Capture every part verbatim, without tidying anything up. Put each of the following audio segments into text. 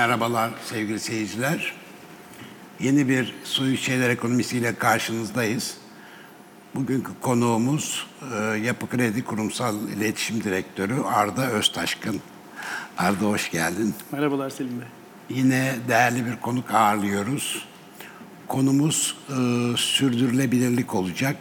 Merhabalar sevgili seyirciler. Yeni bir Su üç Şeyler ekonomisiyle karşınızdayız. Bugünkü konuğumuz e, Yapı Kredi Kurumsal İletişim Direktörü Arda Öztaşkın. Arda hoş geldin. Merhabalar Selim Bey. Yine değerli bir konuk ağırlıyoruz. Konumuz e, sürdürülebilirlik olacak.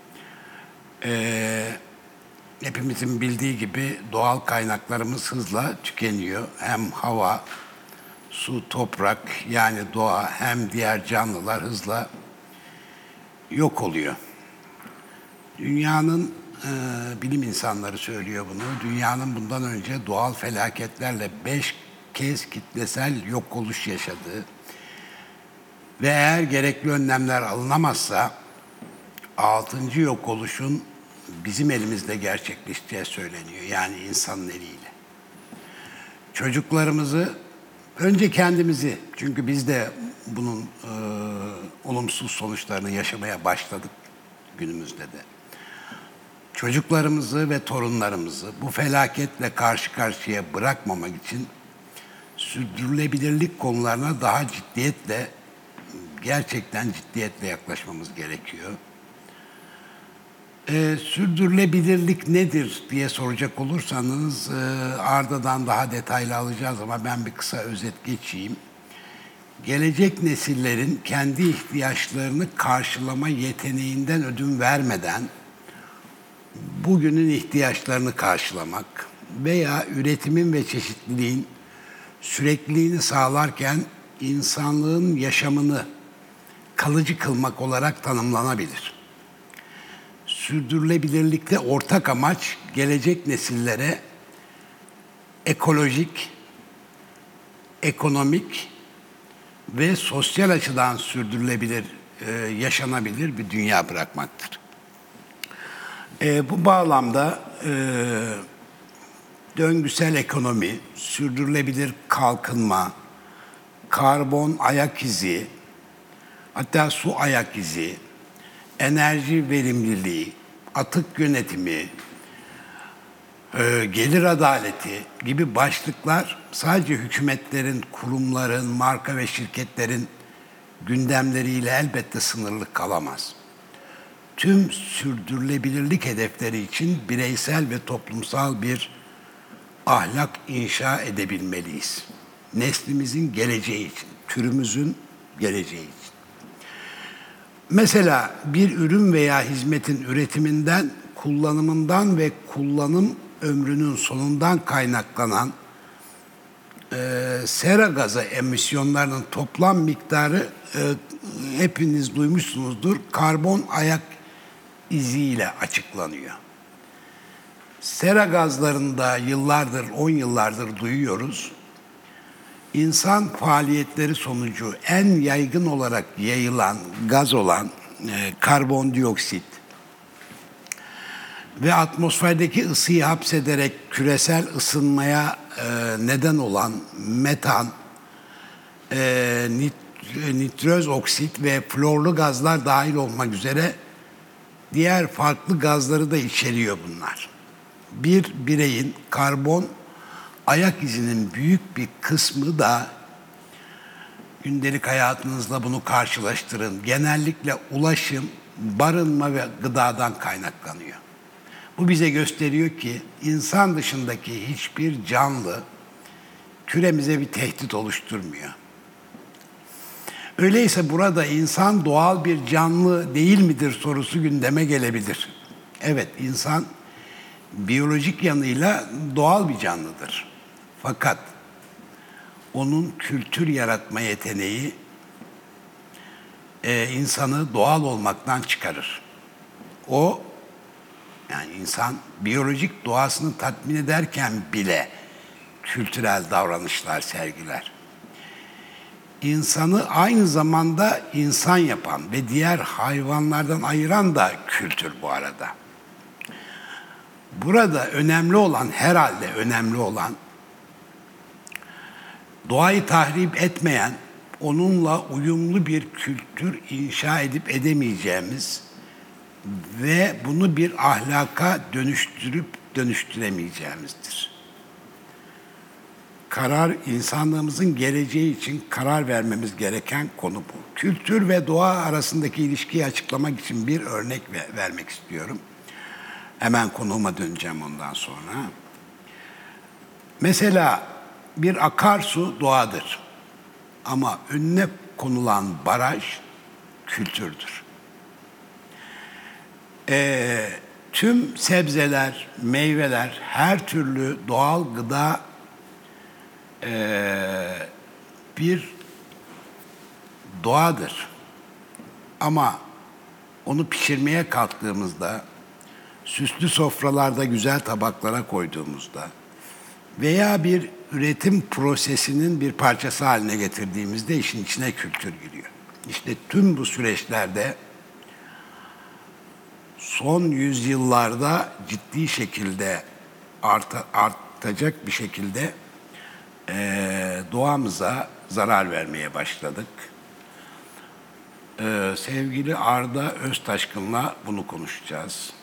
E, hepimizin bildiği gibi doğal kaynaklarımız hızla tükeniyor. Hem hava, su, toprak yani doğa hem diğer canlılar hızla yok oluyor. Dünyanın, e, bilim insanları söylüyor bunu, dünyanın bundan önce doğal felaketlerle beş kez kitlesel yok oluş yaşadığı ve eğer gerekli önlemler alınamazsa altıncı yok oluşun bizim elimizde gerçekleşeceği söyleniyor. Yani insanın eliyle. Çocuklarımızı, önce kendimizi, çünkü biz de bunun e, olumsuz sonuçlarını yaşamaya başladık günümüzde de. Çocuklarımızı ve torunlarımızı bu felaketle karşı karşıya bırakmamak için sürdürülebilirlik konularına daha ciddiyetle, gerçekten ciddiyetle yaklaşmamız gerekiyor. Ee, sürdürülebilirlik nedir diye soracak olursanız e, Arda'dan daha detaylı alacağız ama ben bir kısa özet geçeyim. Gelecek nesillerin kendi ihtiyaçlarını karşılama yeteneğinden ödün vermeden bugünün ihtiyaçlarını karşılamak veya üretimin ve çeşitliliğin sürekliliğini sağlarken insanlığın yaşamını kalıcı kılmak olarak tanımlanabilir. Sürdürülebilirlikte ortak amaç gelecek nesillere ekolojik, ekonomik ve sosyal açıdan sürdürülebilir, e, yaşanabilir bir dünya bırakmaktır. E, bu bağlamda e, döngüsel ekonomi, sürdürülebilir kalkınma, karbon ayak izi, hatta su ayak izi, enerji verimliliği, atık yönetimi, e, gelir adaleti gibi başlıklar sadece hükümetlerin, kurumların, marka ve şirketlerin gündemleriyle elbette sınırlı kalamaz. Tüm sürdürülebilirlik hedefleri için bireysel ve toplumsal bir ahlak inşa edebilmeliyiz. Neslimizin geleceği için, türümüzün geleceği için. Mesela bir ürün veya hizmetin üretiminden, kullanımından ve kullanım ömrünün sonundan kaynaklanan e, sera gazı emisyonlarının toplam miktarı e, hepiniz duymuşsunuzdur. Karbon ayak iziyle açıklanıyor. Sera gazlarında yıllardır, on yıllardır duyuyoruz. İnsan faaliyetleri sonucu en yaygın olarak yayılan gaz olan e, karbondioksit ve atmosferdeki ısıyı hapsederek küresel ısınmaya e, neden olan metan, e, nit, nitroz oksit ve florlu gazlar dahil olmak üzere diğer farklı gazları da içeriyor bunlar. Bir bireyin karbon ayak izinin büyük bir kısmı da gündelik hayatınızla bunu karşılaştırın. Genellikle ulaşım, barınma ve gıdadan kaynaklanıyor. Bu bize gösteriyor ki insan dışındaki hiçbir canlı küremize bir tehdit oluşturmuyor. Öyleyse burada insan doğal bir canlı değil midir sorusu gündeme gelebilir. Evet, insan biyolojik yanıyla doğal bir canlıdır. Fakat onun kültür yaratma yeteneği e, insanı doğal olmaktan çıkarır. O, yani insan biyolojik doğasını tatmin ederken bile kültürel davranışlar sergiler. İnsanı aynı zamanda insan yapan ve diğer hayvanlardan ayıran da kültür bu arada. Burada önemli olan, herhalde önemli olan, doğayı tahrip etmeyen, onunla uyumlu bir kültür inşa edip edemeyeceğimiz ve bunu bir ahlaka dönüştürüp dönüştüremeyeceğimizdir. karar, insanlığımızın geleceği için karar vermemiz gereken konu bu. Kültür ve doğa arasındaki ilişkiyi açıklamak için bir örnek vermek istiyorum. Hemen konuğuma döneceğim ondan sonra. Mesela bir akarsu doğadır. Ama önüne konulan baraj kültürdür. Ee, tüm sebzeler, meyveler, her türlü doğal gıda ee, bir doğadır. Ama onu pişirmeye kalktığımızda, süslü sofralarda güzel tabaklara koyduğumuzda veya bir üretim prosesinin bir parçası haline getirdiğimizde işin içine kültür giriyor. İşte tüm bu süreçlerde son yüzyıllarda ciddi şekilde arta, artacak bir şekilde e, doğamıza zarar vermeye başladık. E, sevgili Arda Öztaşkın'la bunu konuşacağız.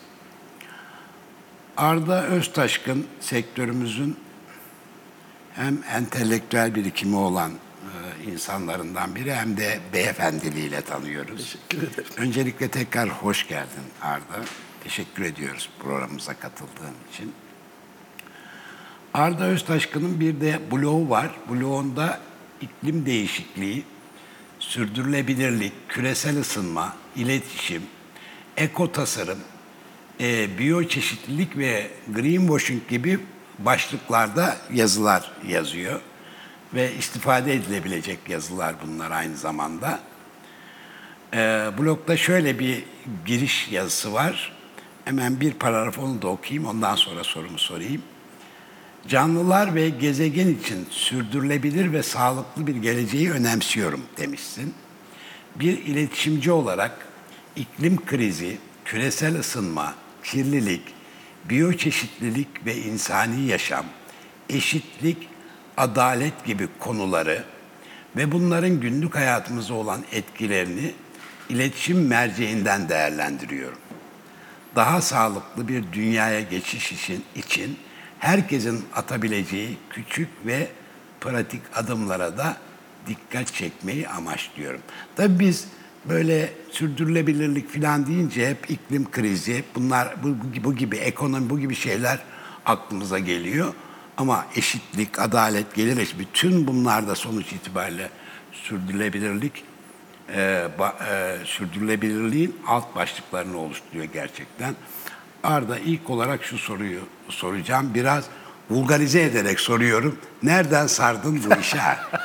Arda Öztaşkın sektörümüzün hem entelektüel birikimi olan e, insanlarından biri hem de beyefendiliğiyle tanıyoruz. Teşekkür ederim. Öncelikle tekrar hoş geldin Arda. Teşekkür ediyoruz programımıza katıldığın için. Arda Öztaşkın'ın bir de blogu var. Blogunda iklim değişikliği, sürdürülebilirlik, küresel ısınma, iletişim, eko tasarım, e, biyoçeşitlilik ve greenwashing gibi başlıklarda yazılar yazıyor. Ve istifade edilebilecek yazılar bunlar aynı zamanda. E, blogda şöyle bir giriş yazısı var. Hemen bir paragraf onu da okuyayım, ondan sonra sorumu sorayım. Canlılar ve gezegen için sürdürülebilir ve sağlıklı bir geleceği önemsiyorum demişsin. Bir iletişimci olarak iklim krizi, küresel ısınma, kirlilik, biyoçeşitlilik ve insani yaşam, eşitlik, adalet gibi konuları ve bunların günlük hayatımıza olan etkilerini iletişim merceğinden değerlendiriyorum. Daha sağlıklı bir dünyaya geçiş için, için herkesin atabileceği küçük ve pratik adımlara da dikkat çekmeyi amaçlıyorum. Tabii biz böyle sürdürülebilirlik falan deyince hep iklim krizi, bunlar bu, bu gibi ekonomi, bu gibi şeyler aklımıza geliyor. Ama eşitlik, adalet gelir. Bütün bunlarda sonuç itibariyle sürdürülebilirlik, e, ba, e, sürdürülebilirliğin alt başlıklarını oluşturuyor gerçekten. Arda, ilk olarak şu soruyu soracağım. Biraz vulgarize ederek soruyorum. Nereden sardın bu işe?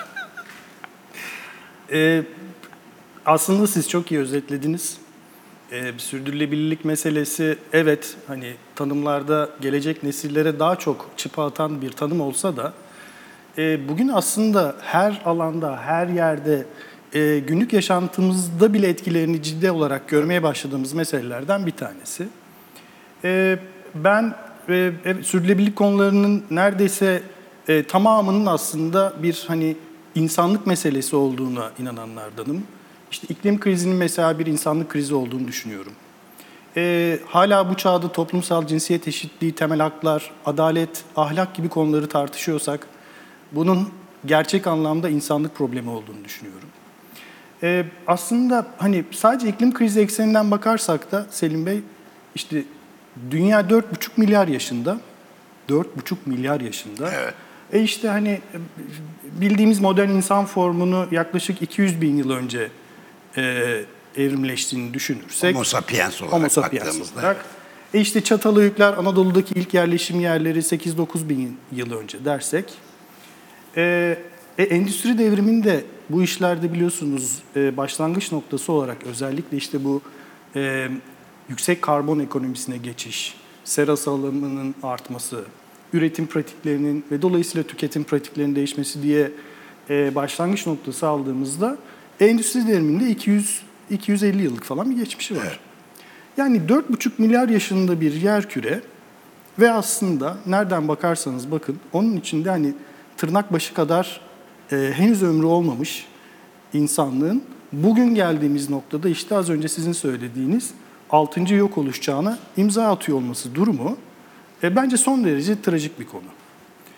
Ee, aslında siz çok iyi özetlediniz. Ee, sürdürülebilirlik meselesi evet hani tanımlarda gelecek nesillere daha çok çıpa atan bir tanım olsa da e, bugün aslında her alanda, her yerde e, günlük yaşantımızda bile etkilerini ciddi olarak görmeye başladığımız meselelerden bir tanesi. E, ben e, sürdürülebilirlik konularının neredeyse e, tamamının aslında bir hani insanlık meselesi olduğuna inananlardanım. İşte iklim krizinin mesela bir insanlık krizi olduğunu düşünüyorum. Ee, hala bu çağda toplumsal cinsiyet eşitliği, temel haklar, adalet, ahlak gibi konuları tartışıyorsak bunun gerçek anlamda insanlık problemi olduğunu düşünüyorum. Ee, aslında hani sadece iklim krizi ekseninden bakarsak da Selim Bey, işte dünya dört buçuk milyar yaşında, dört buçuk milyar yaşında. Evet. E işte hani bildiğimiz modern insan formunu yaklaşık iki yüz bin yıl önce e, evrimleştiğini düşünürsek. Homo sapiens olarak Homo sapiens baktığımızda. olarak. E işte Çatalhöyükler, Anadolu'daki ilk yerleşim yerleri sekiz dokuz bin yıl önce dersek. E, e, endüstri devriminde bu işlerde biliyorsunuz e, başlangıç noktası olarak özellikle işte bu e, yüksek karbon ekonomisine geçiş, sera salımının artması, üretim pratiklerinin ve dolayısıyla tüketim pratiklerinin değişmesi diye e, başlangıç noktası aldığımızda endüstri devriminde iki yüz iki yüz elli yıllık falan bir geçmişi var. Evet. Yani dört buçuk milyar yaşında bir yerküre ve aslında nereden bakarsanız bakın onun içinde hani tırnak başı kadar e, henüz ömrü olmamış insanlığın bugün geldiğimiz noktada işte az önce sizin söylediğiniz altıncı yok oluş çağına imza atıyor olması durumu E, bence son derece trajik bir konu.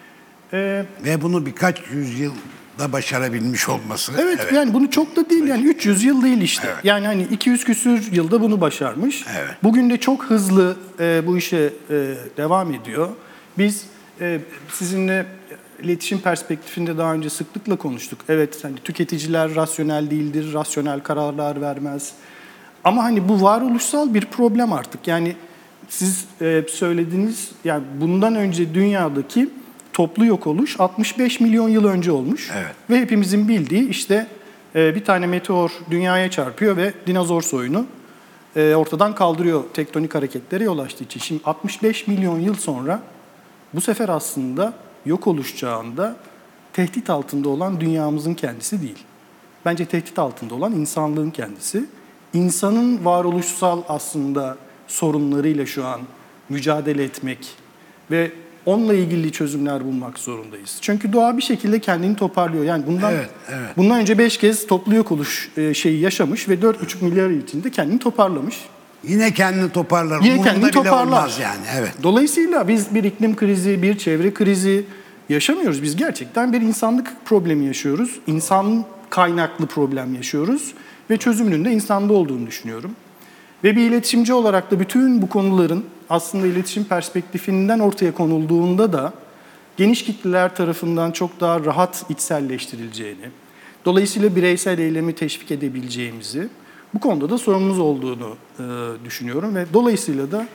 Ee, Ve bunu birkaç yüzyılda başarabilmiş olması. evet, evet yani bunu çok da değil yani üç yüz yıl değil işte. Evet. Yani hani iki yüz küsür yılda bunu başarmış. Evet. Bugün de çok hızlı e, bu işe e, devam ediyor. Biz e, sizinle iletişim perspektifinde daha önce sıklıkla konuştuk. Evet, hani tüketiciler rasyonel değildir, rasyonel kararlar vermez. Ama hani bu varoluşsal bir problem artık. Yani siz e, söylediğiniz, yani bundan önce dünyadaki toplu yok oluş altmış beş milyon yıl önce olmuş. Evet. Ve hepimizin bildiği işte e, bir tane meteor dünyaya çarpıyor ve dinozor soyunu e, ortadan kaldırıyor tektonik hareketlere yol açtığı için. Şimdi altmış beş milyon yıl sonra bu sefer aslında yok oluş çağında tehdit altında olan dünyamızın kendisi değil. Bence tehdit altında olan insanlığın kendisi. İnsanın varoluşsal aslında sorunlarıyla şu an mücadele etmek ve onunla ilgili çözümler bulmak zorundayız. Çünkü doğa bir şekilde kendini toparlıyor. Yani bundan Evet, evet. bundan önce beş kez toplu yok oluş e, şeyi yaşamış ve dört buçuk milyar yıl içinde kendini toparlamış. Yine kendini toparlar. Yine Umurunda kendini bile toparlar. olmaz yani. Evet. Dolayısıyla biz bir iklim krizi, bir çevre krizi yaşamıyoruz. Biz gerçekten bir insanlık problemi yaşıyoruz. İnsan kaynaklı problem yaşıyoruz ve çözümünün de insanda olduğunu düşünüyorum. Ve bir iletişimci olarak da bütün bu konuların aslında iletişim perspektifinden ortaya konulduğunda da geniş kitleler tarafından çok daha rahat içselleştirileceğini, dolayısıyla bireysel eylemi teşvik edebileceğimizi, bu konuda da sorumlumuz olduğunu e, düşünüyorum ve dolayısıyla da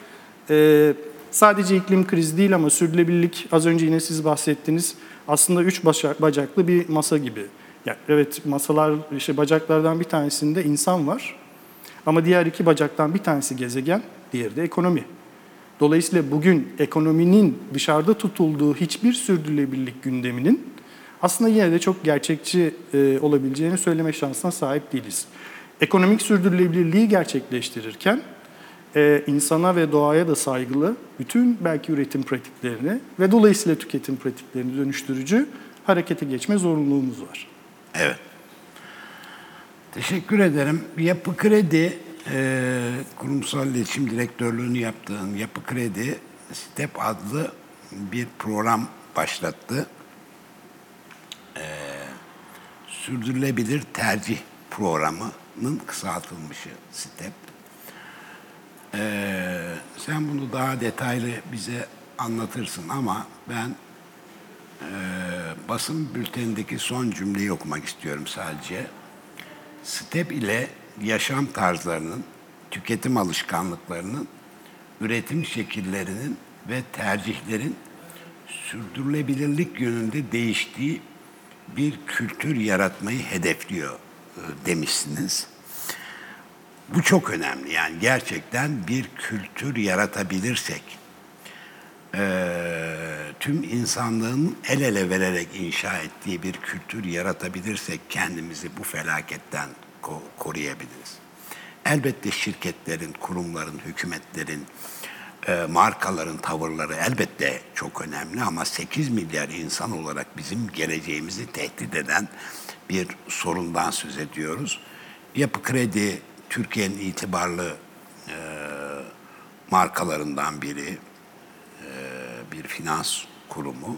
e, sadece iklim krizi değil ama sürdürülebilirlik, az önce yine siz bahsettiniz, aslında üç bacaklı bir masa gibi. Yani evet, masalar, işte bacaklardan bir tanesinde insan var ama diğer iki bacaktan bir tanesi gezegen, diğeri de ekonomi. Dolayısıyla bugün ekonominin dışarıda tutulduğu hiçbir sürdürülebilirlik gündeminin aslında yine de çok gerçekçi e, olabileceğini söyleme şansına sahip değiliz. Ekonomik sürdürülebilirliği gerçekleştirirken e, insana ve doğaya da saygılı bütün belki üretim pratiklerini ve dolayısıyla tüketim pratiklerini dönüştürücü harekete geçme zorunluluğumuz var. Evet. Teşekkür ederim. Yapı Kredi, e, kurumsal iletişim direktörlüğünü yaptığın Yapı Kredi, STEP adlı bir program başlattı. E, Sürdürülebilir Tercih Programı'nın kısaltılmışı STEP. E, sen bunu daha detaylı bize anlatırsın ama ben e, basın bültenindeki son cümleyi okumak istiyorum sadece. STEP ile yaşam tarzlarının, tüketim alışkanlıklarının, üretim şekillerinin ve tercihlerin sürdürülebilirlik yönünde değiştiği bir kültür yaratmayı hedefliyor demişsiniz. Bu çok önemli. Yani gerçekten bir kültür yaratabilirsek, e, tüm insanlığın el ele vererek inşa ettiği bir kültür yaratabilirsek kendimizi bu felaketten ko- koruyabiliriz. Elbette şirketlerin, kurumların, hükümetlerin, e, markaların tavırları elbette çok önemli ama sekiz milyar insan olarak bizim geleceğimizi tehdit eden bir sorundan söz ediyoruz. Yapı Kredi Türkiye'nin itibarlı e, markalarından biri, bir finans kurumu.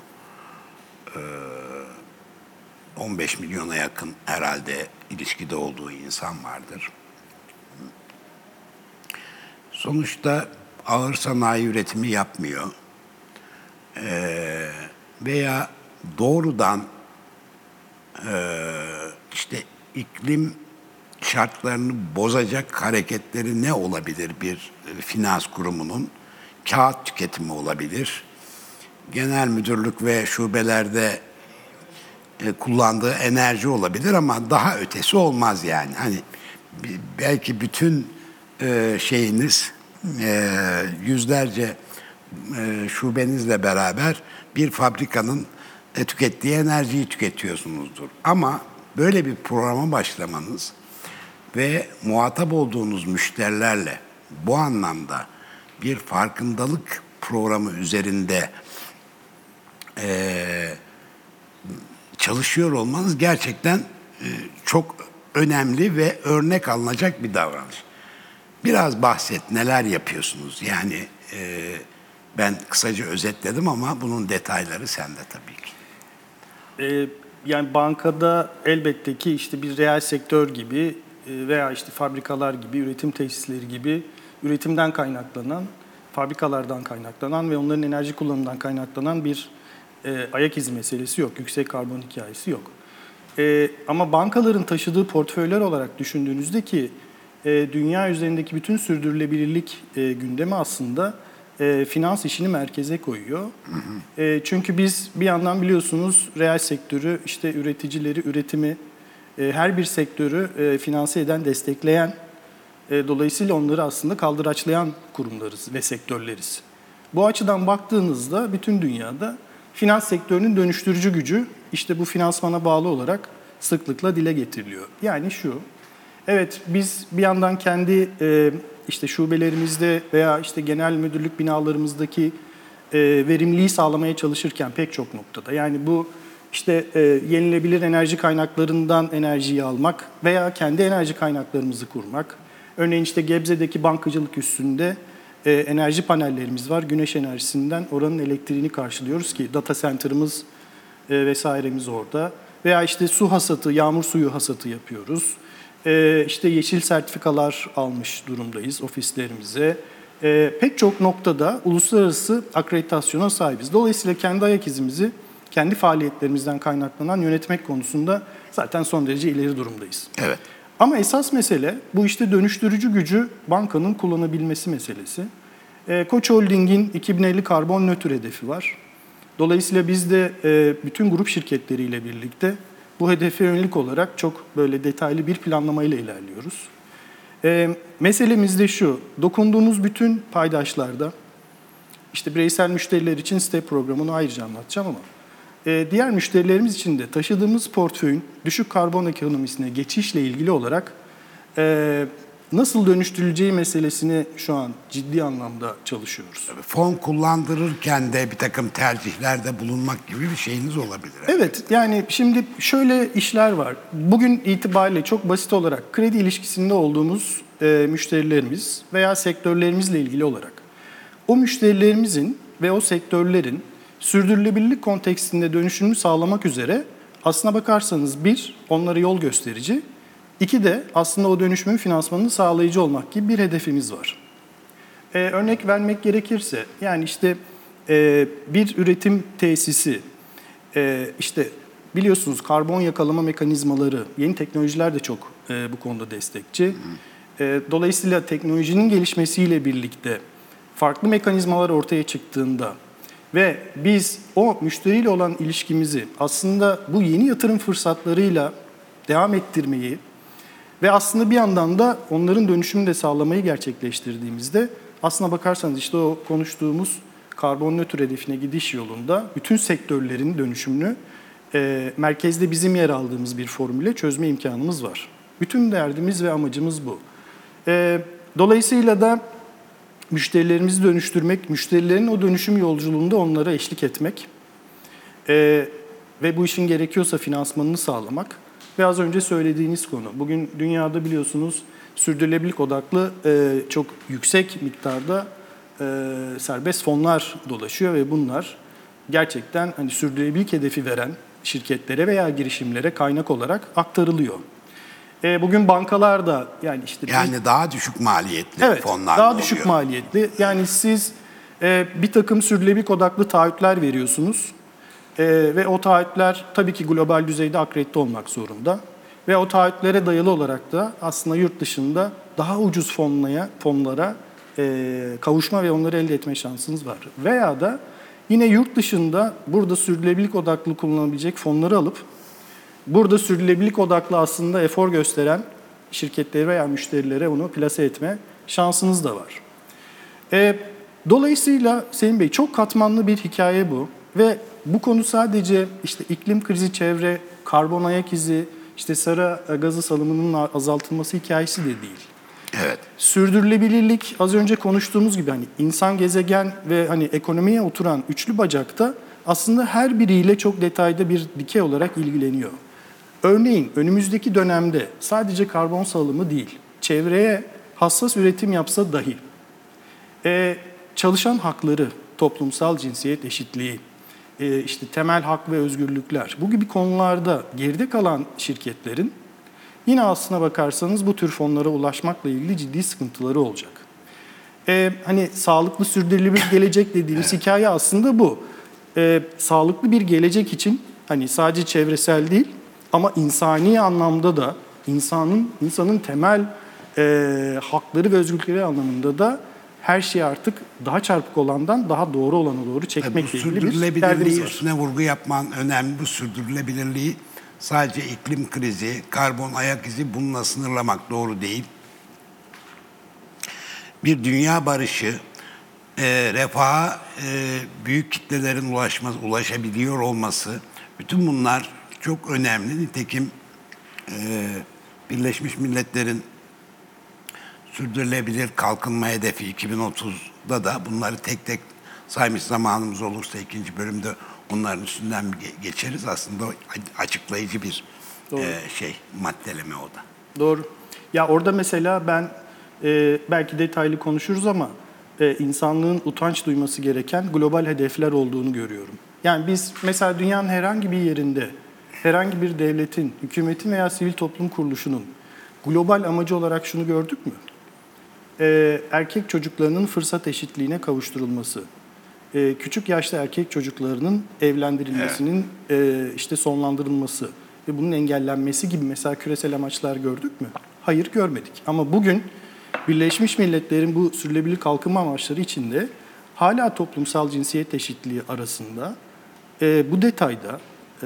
on beş milyona yakın herhalde ilişkide olduğu insan vardır. Sonuçta ağır sanayi üretimi yapmıyor. Ee, veya doğrudan e, işte iklim şartlarını bozacak hareketleri ne olabilir bir finans kurumunun? Kağıt tüketimi olabilir. Genel müdürlük ve şubelerde e, kullandığı enerji olabilir ama daha ötesi olmaz yani. Hani belki bütün e, şeyiniz e, yüzlerce e, şubenizle beraber bir fabrikanın e, tükettiği enerjiyi tüketiyorsunuzdur. Ama böyle bir programa başlamanız ve muhatap olduğunuz müşterilerle bu anlamda bir farkındalık programı üzerinde e, çalışıyor olmanız gerçekten e, çok önemli ve örnek alınacak bir davranış. Biraz bahset, neler yapıyorsunuz? Yani e, ben kısaca özetledim ama bunun detayları sende tabii ki. Ee, yani bankada elbette ki işte bir reel sektör gibi e, veya işte fabrikalar gibi, üretim tesisleri gibi üretimden kaynaklanan, fabrikalardan kaynaklanan ve onların enerji kullanımından kaynaklanan bir e, ayak izi meselesi yok. Yüksek karbon hikayesi yok. E, ama bankaların taşıdığı portföyler olarak düşündüğünüzde ki e, dünya üzerindeki bütün sürdürülebilirlik e, gündemi aslında e, finans işini merkeze koyuyor. Hı hı. E, çünkü biz bir yandan biliyorsunuz reel sektörü, işte üreticileri, üretimi, e, her bir sektörü e, finanse eden, destekleyen, e, dolayısıyla onları aslında kaldıraçlayan kurumlarız ve sektörleriz. Bu açıdan baktığınızda bütün dünyada finans sektörünün dönüştürücü gücü işte bu finansmana bağlı olarak sıklıkla dile getiriliyor. Yani şu, evet biz bir yandan kendi e, işte şubelerimizde veya işte genel müdürlük binalarımızdaki e, verimliliği sağlamaya çalışırken pek çok noktada, yani bu işte e, yenilebilir enerji kaynaklarından enerjiyi almak veya kendi enerji kaynaklarımızı kurmak. Örneğin işte Gebze'deki bankacılık üssünde e, enerji panellerimiz var. Güneş enerjisinden oranın elektriğini karşılıyoruz ki data center'ımız e, vesairemiz orada. Veya işte su hasatı, yağmur suyu hasatı yapıyoruz. E, işte yeşil sertifikalar almış durumdayız ofislerimize. E, pek çok noktada uluslararası akreditasyona sahibiz. Dolayısıyla kendi ayak izimizi, kendi faaliyetlerimizden kaynaklanan yönetmek konusunda zaten son derece ileri durumdayız. Evet. Ama esas mesele bu işte dönüştürücü gücü bankanın kullanabilmesi meselesi. E, Koç Holding'in iki bin elli karbon nötr hedefi var. Dolayısıyla biz de e, bütün grup şirketleriyle birlikte bu hedefe yönelik olarak çok böyle detaylı bir planlamayla ilerliyoruz. E, meselemiz de şu, dokunduğumuz bütün paydaşlarda, işte bireysel müşteriler için STEP programını ayrıca anlatacağım ama e, diğer müşterilerimiz için de taşıdığımız portföyün düşük karbon ekonomisine geçişle ilgili olarak e, nasıl dönüştürüleceği meselesini şu an ciddi anlamda çalışıyoruz. Fon kullandırırken de bir takım tercihlerde bulunmak gibi bir şeyiniz olabilir. Evet, yani şimdi şöyle işler var. Bugün itibariyle çok basit olarak kredi ilişkisinde olduğumuz e, müşterilerimiz veya sektörlerimizle ilgili olarak o müşterilerimizin ve o sektörlerin sürdürülebilirlik kontekstinde dönüşümünü sağlamak üzere aslına bakarsanız bir, onlara yol gösterici, iki de aslında o dönüşümün finansmanını sağlayıcı olmak gibi bir hedefimiz var. Ee, örnek vermek gerekirse, yani işte e, bir üretim tesisi, e, işte biliyorsunuz karbon yakalama mekanizmaları, yeni teknolojiler de çok e, bu konuda destekçi. E, dolayısıyla teknolojinin gelişmesiyle birlikte farklı mekanizmalar ortaya çıktığında ve biz o müşteriyle olan ilişkimizi aslında bu yeni yatırım fırsatlarıyla devam ettirmeyi ve aslında bir yandan da onların dönüşümünü de sağlamayı gerçekleştirdiğimizde aslına bakarsanız işte o konuştuğumuz karbon nötr hedefine gidiş yolunda bütün sektörlerin dönüşümünü e, merkezde bizim yer aldığımız bir formüle çözme imkanımız var. Bütün derdimiz ve amacımız bu. E, dolayısıyla da müşterilerimizi dönüştürmek, müşterilerin o dönüşüm yolculuğunda onlara eşlik etmek e, ve bu işin gerekiyorsa finansmanını sağlamak ve az önce söylediğiniz konu. Bugün dünyada biliyorsunuz sürdürülebilirlik odaklı e, çok yüksek miktarda e, serbest fonlar dolaşıyor ve bunlar gerçekten hani sürdürülebilirlik hedefi veren şirketlere veya girişimlere kaynak olarak aktarılıyor. E, bugün bankalar da yani işte... Yani bir, daha düşük maliyetli evet, fonlar daha oluyor. düşük maliyetli. Yani siz e, bir takım sürdürülebilirlik odaklı taahhütler veriyorsunuz. E, ve o taahhütler tabii ki global düzeyde akredite olmak zorunda. Ve o taahhütlere dayalı olarak da aslında yurt dışında daha ucuz fonlaya, fonlara e, kavuşma ve onları elde etme şansınız var. Veya da yine yurt dışında burada sürdürülebilirlik odaklı kullanılabilecek fonları alıp burada sürdürülebilirlik odaklı aslında efor gösteren şirketlere veya müşterilere onu plase etme şansınız da var. E, dolayısıyla Sayın Bey çok katmanlı bir hikaye bu ve bu konu sadece işte iklim krizi, çevre, karbon ayak izi, işte sera gazı salımının azaltılması hikayesi de değil. Evet. Sürdürülebilirlik az önce konuştuğumuz gibi hani insan, gezegen ve hani ekonomiye oturan üçlü bacakta aslında her biriyle çok detayda bir dikey olarak ilgileniyor. Örneğin önümüzdeki dönemde sadece karbon salımı değil, çevreye hassas üretim yapsa dahi e, çalışan hakları, toplumsal cinsiyet eşitliği, e, işte temel hak ve özgürlükler, bu gibi konularda geride kalan şirketlerin yine aslına bakarsanız bu tür fonlara ulaşmakla ilgili ciddi sıkıntıları olacak. Ee, hani sağlıklı sürdürülebilir bir gelecek dediğimiz hikaye aslında bu. Ee, sağlıklı bir gelecek için hani sadece çevresel değil ama insani anlamda da insanın insanın temel e, hakları ve özgürlükleri anlamında da her şeyi artık daha çarpık olandan daha doğru olana doğru çekmekle ilgili bir derdimiz sürdürülebilirliği var. üstüne vurgu yapman önemli. Bu sürdürülebilirliği sadece iklim krizi, karbon ayak izi bununla sınırlamak doğru değil. Bir dünya barışı, e, refaha e, büyük kitlelerin ulaşması, ulaşabiliyor olması, bütün bunlar çok önemli. Nitekim e, Birleşmiş Milletler'in sürdürülebilir kalkınma hedefi iki bin otuzda da bunları tek tek saymış, zamanımız olursa ikinci bölümde onların üstünden geçeriz. Aslında açıklayıcı bir e, şey, maddeleme o da. Doğru. Ya orada mesela ben e, belki detaylı konuşuruz ama e, insanlığın utanç duyması gereken global hedefler olduğunu görüyorum. Yani biz mesela dünyanın herhangi bir yerinde herhangi bir devletin, hükümetin veya sivil toplum kuruluşunun global amacı olarak şunu gördük mü? E, erkek çocuklarının fırsat eşitliğine kavuşturulması, e, küçük yaşta erkek çocuklarının evlendirilmesinin evet. e, işte sonlandırılması ve bunun engellenmesi gibi mesela küresel amaçlar gördük mü? Hayır, görmedik. Ama bugün Birleşmiş Milletler'in bu sürdürülebilir kalkınma amaçları içinde hala toplumsal cinsiyet eşitliği arasında e, bu detayda e,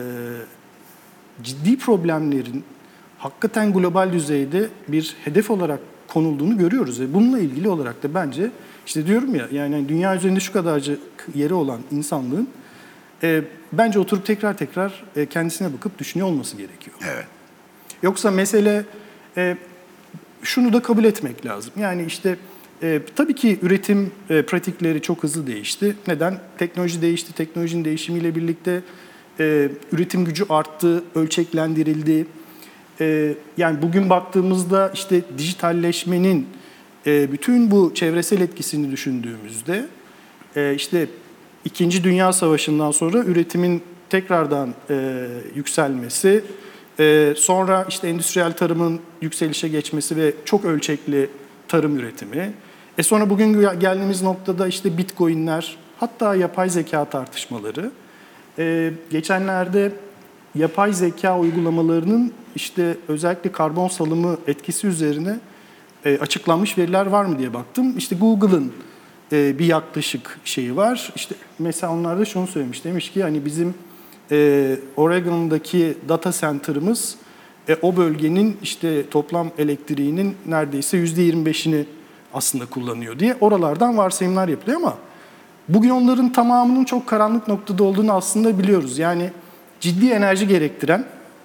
ciddi problemlerin hakikaten global düzeyde bir hedef olarak konulduğunu görüyoruz. Ve bununla ilgili olarak da bence işte diyorum ya, yani dünya üzerinde şu kadarcık yeri olan insanlığın e, bence oturup tekrar tekrar e, kendisine bakıp düşünüyor olması gerekiyor. Evet. Yoksa mesele e, şunu da kabul etmek lazım. Yani işte e, tabii ki üretim e, pratikleri çok hızlı değişti. Neden? Teknoloji değişti. Teknolojinin değişimiyle birlikte e, üretim gücü arttı, ölçeklendirildi. E, yani bugün baktığımızda işte dijitalleşmenin e, bütün bu çevresel etkisini düşündüğümüzde e, işte İkinci Dünya Savaşı'ndan sonra üretimin tekrardan e, yükselmesi, e, sonra işte endüstriyel tarımın yükselişe geçmesi ve çok ölçekli tarım üretimi. E sonra bugün geldiğimiz noktada işte bitcoinler, hatta yapay zeka tartışmaları. E, geçenlerde yapay zeka uygulamalarının işte özellikle karbon salımı etkisi üzerine e, açıklanmış veriler var mı diye baktım. İşte Google'ın e, bir yaklaşık şeyi var. İşte mesela onlar da şunu söylemiş. Demiş ki hani bizim e, Oregon'daki data center'ımız e, o bölgenin işte toplam elektriğinin neredeyse yüzde yirmi beşini aslında kullanıyor diye oralardan varsayımlar yapılıyor ama bugün onların tamamının çok karanlık noktada olduğunu aslında biliyoruz. Yani ciddi enerji gerektiren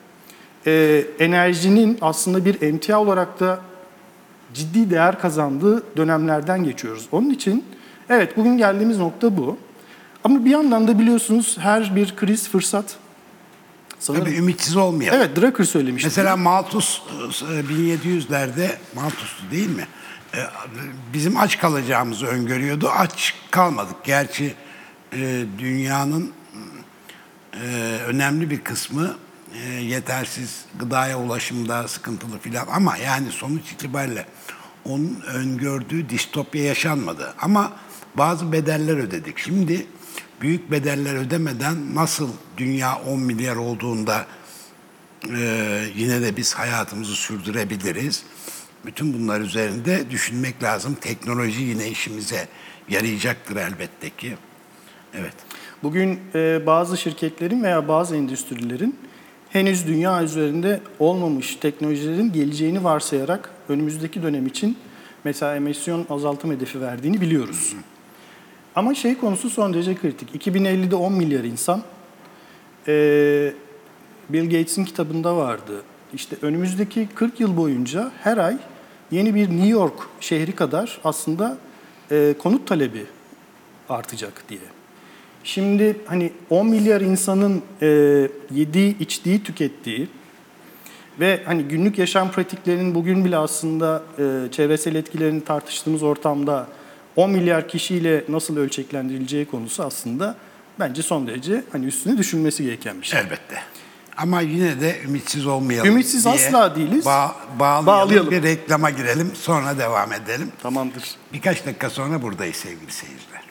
e, enerjinin aslında bir emtia olarak da ciddi değer kazandığı dönemlerden geçiyoruz. Onun için evet bugün geldiğimiz nokta bu. Ama bir yandan da biliyorsunuz her bir kriz fırsat. Sanırım, tabii ümitsiz olmayalım. Evet, Drucker söylemişti. Mesela Malthus bin yedi yüzlerde, Malthus'tu değil mi? Bizim aç kalacağımızı öngörüyordu. Aç kalmadık. Gerçi dünyanın önemli bir kısmı yetersiz, gıdaya ulaşımda sıkıntılı filan ama yani sonuç itibariyle onun öngördüğü distopya yaşanmadı. Ama bazı bedeller ödedik. Şimdi büyük bedeller ödemeden nasıl dünya on milyar olduğunda e, yine de biz hayatımızı sürdürebiliriz? Bütün bunlar üzerinde düşünmek lazım. Teknoloji yine işimize yarayacaktır elbette ki. Evet. Bugün e, bazı şirketlerin veya bazı endüstrilerin henüz dünya üzerinde olmamış teknolojilerin geleceğini varsayarak önümüzdeki dönem için mesela emisyon azaltım hedefi verdiğini biliyoruz. Ama şey konusu son derece kritik. iki bin ellide on milyar insan, e, Bill Gates'in kitabında vardı. İşte önümüzdeki kırk yıl boyunca her ay yeni bir New York şehri kadar aslında e, konut talebi artacak diye. Şimdi hani on milyar insanın e, yediği, içtiği, tükettiği ve hani günlük yaşam pratiklerinin bugün bile aslında e, çevresel etkilerini tartıştığımız ortamda on milyar kişiyle nasıl ölçeklendirileceği konusu aslında bence son derece hani üstüne düşünülmesi gereken bir şey. Elbette. Ama yine de ümitsiz olmayalım. Ümitsiz diye asla değiliz. Ba- bağlayalım, Bağlayalım. Bir reklama girelim, sonra devam edelim. Tamamdır. Birkaç dakika sonra buradayız sevgili seyirciler.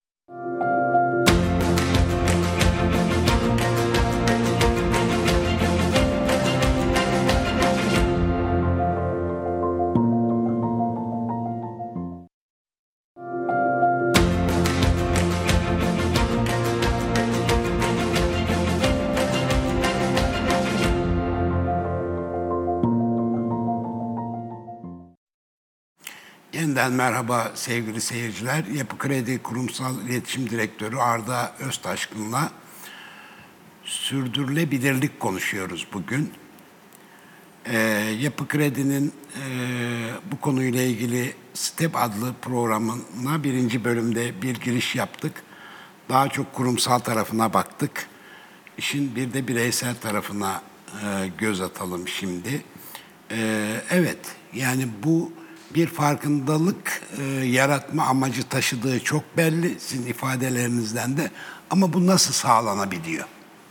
Yeniden merhaba sevgili seyirciler. Yapı Kredi Kurumsal İletişim Direktörü Arda Öztaşkın'la sürdürülebilirlik konuşuyoruz bugün. Ee, Yapı Kredi'nin e, bu konuyla ilgili STEP adlı programına birinci bölümde bir giriş yaptık. Daha çok kurumsal tarafına baktık. İşin bir de bireysel tarafına e, göz atalım şimdi. E, evet, yani bu bir farkındalık e, yaratma amacı taşıdığı çok belli sizin ifadelerinizden de. Ama bu nasıl sağlanabiliyor?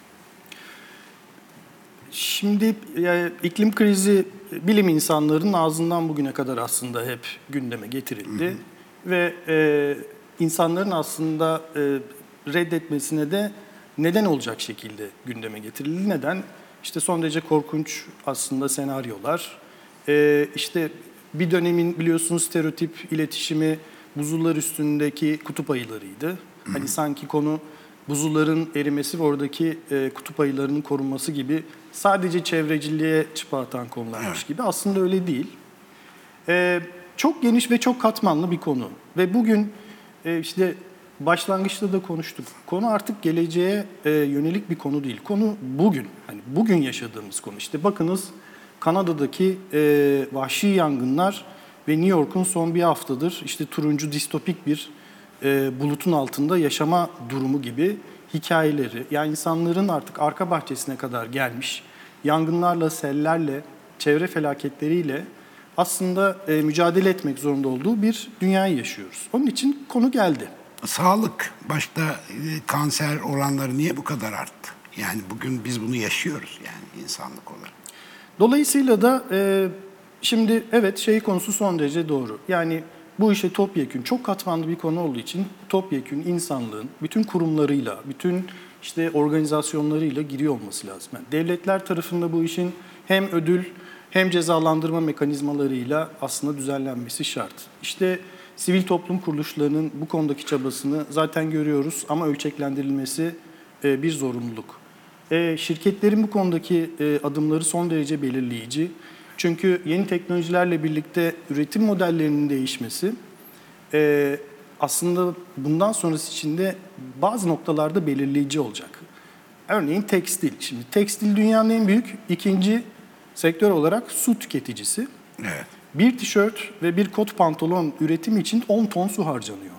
Şimdi yani iklim krizi bilim insanlarının ağzından bugüne kadar aslında hep gündeme getirildi. Hı hı. Ve e, insanların aslında e, reddetmesine de neden olacak şekilde gündeme getirildi. Neden? İşte son derece korkunç aslında senaryolar. E, işte bir dönemin biliyorsunuz stereotip iletişimi buzullar üstündeki kutup ayılarıydı. Hı hı. Hani sanki konu buzulların erimesi ve oradaki e, kutup ayılarının korunması gibi sadece çevreciliğe çıpa atan konularmış evet. gibi. Aslında öyle değil. E, çok geniş ve çok katmanlı bir konu. Ve bugün e, işte başlangıçta da konuştuk. Konu artık geleceğe e, yönelik bir konu değil. Konu bugün. Hani bugün yaşadığımız konu. İşte bakınız Kanada'daki e, vahşi yangınlar ve New York'un son bir haftadır işte turuncu distopik bir e, bulutun altında yaşama durumu gibi hikayeleri, yani insanların artık arka bahçesine kadar gelmiş yangınlarla, sellerle, çevre felaketleriyle aslında e, mücadele etmek zorunda olduğu bir dünyayı yaşıyoruz. Onun için konu geldi. Sağlık, başta e, kanser oranları niye bu kadar arttı? Yani bugün biz bunu yaşıyoruz yani insanlık olarak. Dolayısıyla da e, şimdi evet şey konusu son derece doğru. Yani bu işe topyekün, çok katmanlı bir konu olduğu için topyekün insanlığın bütün kurumlarıyla, bütün işte organizasyonlarıyla giriyor olması lazım. Yani devletler tarafında bu işin hem ödül hem cezalandırma mekanizmalarıyla aslında düzenlenmesi şart. İşte sivil toplum kuruluşlarının bu konudaki çabasını zaten görüyoruz ama ölçeklendirilmesi e, bir zorunluluk. E, şirketlerin bu konudaki e, adımları son derece belirleyici. Çünkü yeni teknolojilerle birlikte üretim modellerinin değişmesi e, aslında bundan sonrası için de bazı noktalarda belirleyici olacak. Örneğin tekstil. Şimdi tekstil dünyanın en büyük ikinci sektör olarak su tüketicisi. Evet. Bir tişört ve bir kot pantolon üretimi için on ton su harcanıyor.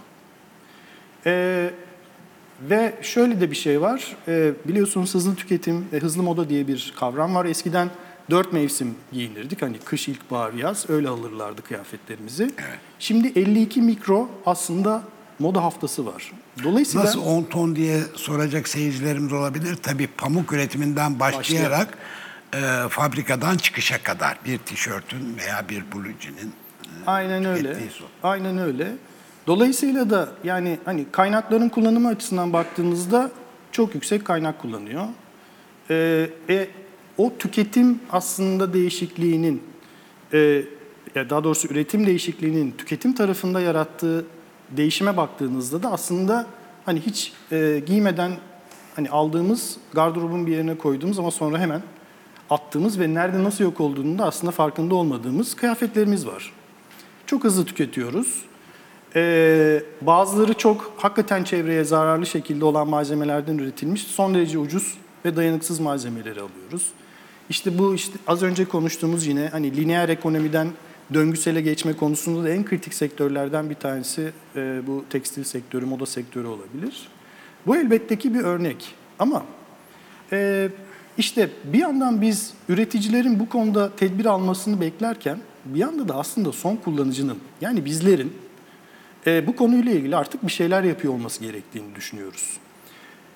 E, ve şöyle de bir şey var. E, biliyorsunuz hızlı tüketim ve hızlı moda diye bir kavram var. Eskiden dört mevsim giyinirdik. Hani kış, ilkbahar, yaz. Öyle alırlardı kıyafetlerimizi. Evet. Şimdi elli iki mikro aslında moda haftası var. Dolayısıyla nasıl on ton diye soracak seyircilerimiz olabilir. Tabii pamuk üretiminden başlayarak e, fabrikadan çıkışa kadar bir tişörtün veya bir blue jean'in e, aynen öyle. Su. Aynen öyle. Dolayısıyla da yani hani kaynakların kullanımı açısından baktığınızda çok yüksek kaynak kullanıyor. Ee, e, o tüketim aslında değişikliğinin, e, daha doğrusu üretim değişikliğinin tüketim tarafında yarattığı değişime baktığınızda da aslında hani hiç e, giymeden hani aldığımız, gardırobun bir yerine koyduğumuz ama sonra hemen attığımız ve nerede nasıl yok olduğunu da aslında farkında olmadığımız kıyafetlerimiz var. Çok hızlı tüketiyoruz. Ee, bazıları çok hakikaten çevreye zararlı şekilde olan malzemelerden üretilmiş son derece ucuz ve dayanıksız malzemeleri alıyoruz. İşte bu işte az önce konuştuğumuz yine hani lineer ekonomiden döngüsele geçme konusunda da en kritik sektörlerden bir tanesi e, bu tekstil sektörü, moda sektörü olabilir. Bu elbette ki bir örnek ama e, işte bir yandan biz üreticilerin bu konuda tedbir almasını beklerken bir yanda da aslında son kullanıcının yani bizlerin e, bu konuyla ilgili artık bir şeyler yapıyor olması gerektiğini düşünüyoruz.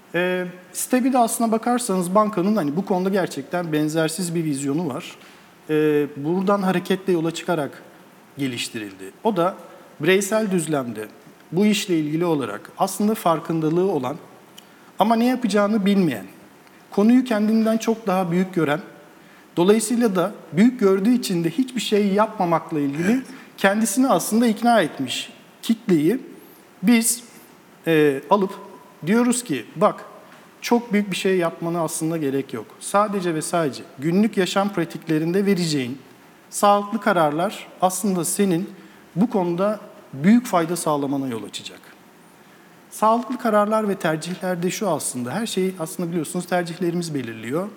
E, Step'i de aslına bakarsanız bankanın hani bu konuda gerçekten benzersiz bir vizyonu var. E, buradan hareketle yola çıkarak geliştirildi. O da bireysel düzlemde bu işle ilgili olarak aslında farkındalığı olan ama ne yapacağını bilmeyen, konuyu kendinden çok daha büyük gören, dolayısıyla da büyük gördüğü için de hiçbir şey yapmamakla ilgili kendisini aslında ikna etmiş kitleyi biz e, alıp diyoruz ki bak çok büyük bir şey yapmana aslında gerek yok. Sadece ve sadece günlük yaşam pratiklerinde vereceğin sağlıklı kararlar aslında senin bu konuda büyük fayda sağlamana yol açacak. Sağlıklı kararlar ve tercihler de şu aslında. Her şeyi aslında biliyorsunuz tercihlerimiz belirliyor.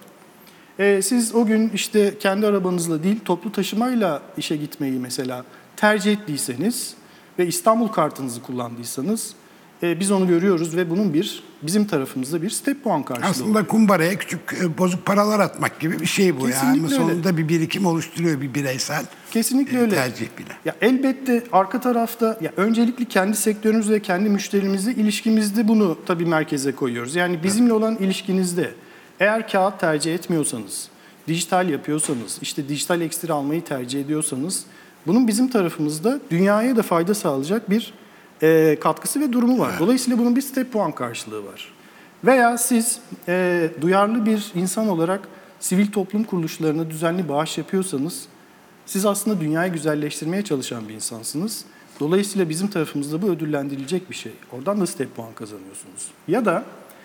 Ee, siz o gün işte kendi arabanızla değil toplu taşımayla işe gitmeyi mesela tercih ettiyseniz ve İstanbul kartınızı kullandıysanız e, biz onu görüyoruz ve bunun bir bizim tarafımızda bir step puan karşılığı. Aslında kumbaraya küçük e, bozuk paralar atmak gibi bir şey bu. Kesinlikle Yani sonunda öyle. Bir birikim oluşturuyor bir bireysel Kesinlikle e, öyle. tercih bile. Ya elbette arka tarafta ya öncelikli kendi sektörümüzle kendi müşterimizle ilişkimizde bunu tabii merkeze koyuyoruz. Yani bizimle olan ilişkinizde eğer kağıt tercih etmiyorsanız, dijital yapıyorsanız, işte dijital ekstra almayı tercih ediyorsanız bunun bizim tarafımızda dünyaya da fayda sağlayacak bir e, katkısı ve durumu var. Dolayısıyla bunun bir step puan karşılığı var. Veya siz e, duyarlı bir insan olarak sivil toplum kuruluşlarına düzenli bağış yapıyorsanız siz aslında dünyayı güzelleştirmeye çalışan bir insansınız. Dolayısıyla bizim tarafımızda bu ödüllendirilecek bir şey. Oradan da step puan kazanıyorsunuz. Ya da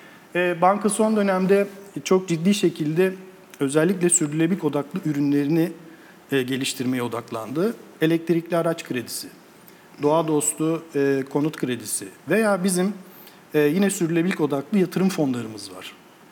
e, banka son dönemde çok ciddi şekilde özellikle sürdürülebilirlik odaklı ürünlerini e, geliştirmeye odaklandı. Elektrikli araç kredisi, doğa dostu e, konut kredisi veya bizim e, yine sürdürülebilirlik odaklı yatırım fonlarımız var.